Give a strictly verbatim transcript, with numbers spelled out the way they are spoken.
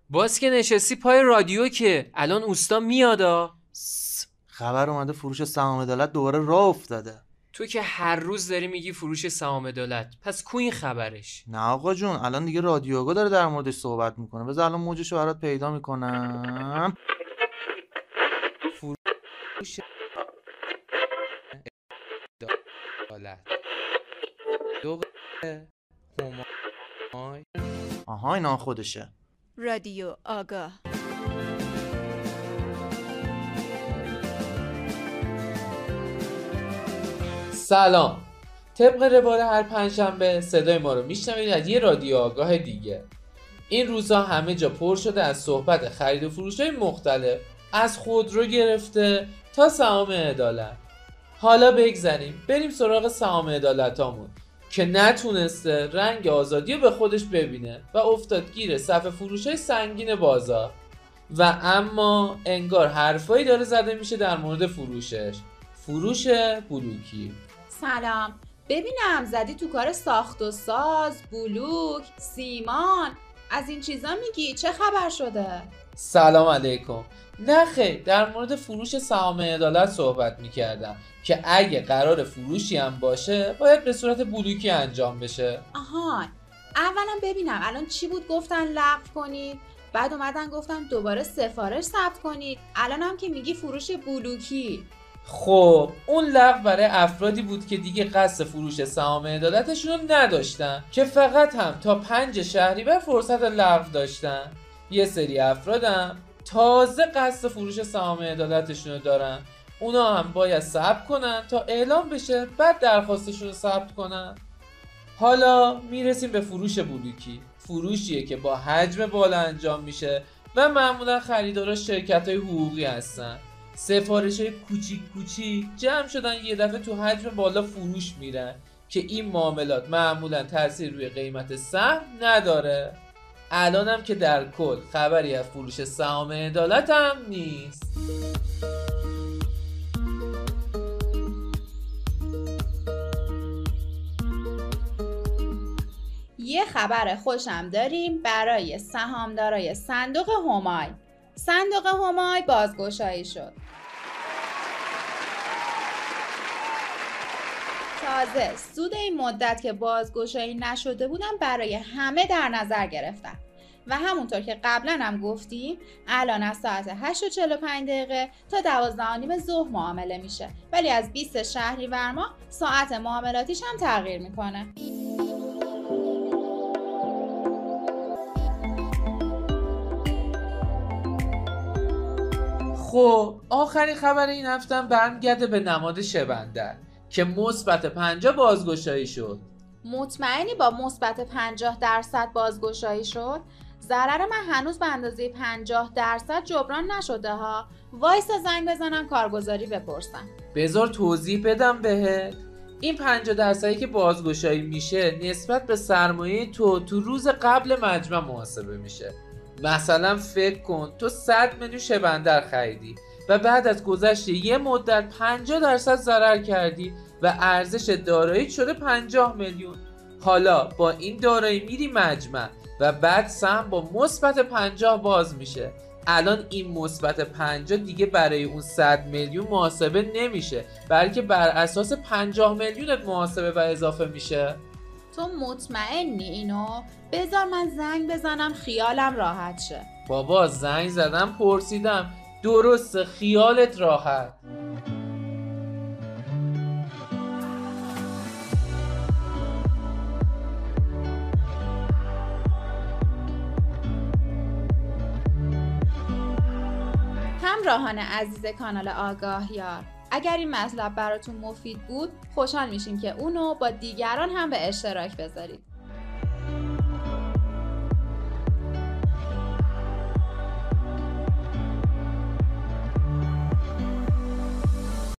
باز که نشستی پای رادیو که الان اوستا میادا. خبر اومده فروش سهام عدالت دوباره راه افتاده. تو که هر روز داری میگی فروش سهام عدالت، پس کو این خبرش؟ نه آقا جون، الان دیگه رادیو آگاه داره در موردش صحبت میکنه. بذار الان موجشو برات پیدا میکنم. فروش عدالت دو همای. آها اینا خودشه. رادیو آگاه. سلام. طبق روال هر پنجشنبه صدای ما رو میشنوید از یه رادیو آگاه دیگه. این روزها همه جا پر شده از صحبت خرید و فروش‌های مختلف، از خودرو گرفته تا سهام عدالت. حالا بگذاریم بریم سراغ سهام عدالتامون که نتونسته رنگ آزادی رو به خودش ببینه و افتاد گیر صف فروش‌های سنگین بازار. و اما انگار حرفایی داره زده میشه در مورد فروشش. فروش بلوکی. سلام. ببینم زدی تو کار ساخت و ساز، بلوک، سیمان، از این چیزا میگی؟ چه خبر شده؟ سلام علیکم. نه خیر، در مورد فروش سهام عدالت صحبت میکردم که اگه قرار فروشی هم باشه باید به صورت بلوکی انجام بشه. آها، اولا ببینم الان چی بود گفتن لغو کنید، بعد اومدن گفتن دوباره سفارش ثبت کنید، الان هم که میگی فروش بلوکی. خب اون لغو برای افرادی بود که دیگه قصد فروش سهام عدالتشون رو نداشتن، که فقط هم تا پنج شهریور فرصت لغو داشتن. یه سری افرادم تازه قصد فروش سهام عدالتشون رو دارن، اونا هم باید ثبت کنن تا اعلام بشه، بعد درخواستشون رو ثبت کنن. حالا میرسیم به فروش بلوکی. فروشیه که با حجم بالا انجام میشه و معمولا خریدارا شرکت‌های حقوقی هستن. سفارش‌های کوچیک کوچیک جمع شدن یه دفعه تو حجم بالا فروش میرن که این معاملات معمولا تأثیر روی قیمت سهم نداره. الانم که در کل خبری از فروش سهام عدالت هم نیست. یه خبر خوشم داریم برای سهامدارای صندوق همای. صندوق همای بازگشایی شد. تازه سود این مدت که بازگشایی نشده بودن برای همه در نظر گرفتن و همونطور که قبلا هم گفتیم الان از ساعت هشت و چهل و پنج دقیقه تا دوازده و نیم ظهر معامله میشه، ولی از بیست شهریور ماه ساعت معاملاتیش هم تغییر میکنه. خب آخرین خبر این هفتم برمیگرده به نماد شبندر که مثبت پنجاه بازگشایی شد. مطمئنی با مثبت پنجاه درصد بازگشایی شد؟ ضرر من هنوز به اندازه پنجاه درصد جبران نشده ها. وایسا زنگ بزنم کارگزاری بپرسم. بذار توضیح بدم بهت. این پنجاه درصدی که بازگشایی میشه نسبت به سرمایه تو تو روز قبل مجمع محاسبه میشه. مثلا فکر کن تو صد میلیون شبندر خریدی و بعد از گذشت یه مدت پنجاه درصد ضرر کردی و ارزش دارایی شده پنجاه میلیون. حالا با این دارایی میری مجمع و بعد سهم با مثبت پنجاه باز میشه. الان این مثبت پنجاه دیگه برای اون صد میلیون محاسبه نمیشه، بلکه بر اساس پنجاه میلیونت محاسبه و اضافه میشه. تو مطمئنی اینو؟ بذار من زنگ بزنم خیالم راحت شه. بابا زنگ زدم پرسیدم، درسته خیالت راحت. همراهان عزیز کانال آگاه یار، اگر این مطلب براتون مفید بود خوشحال میشیم که اونو با دیگران هم به اشتراک بذارید.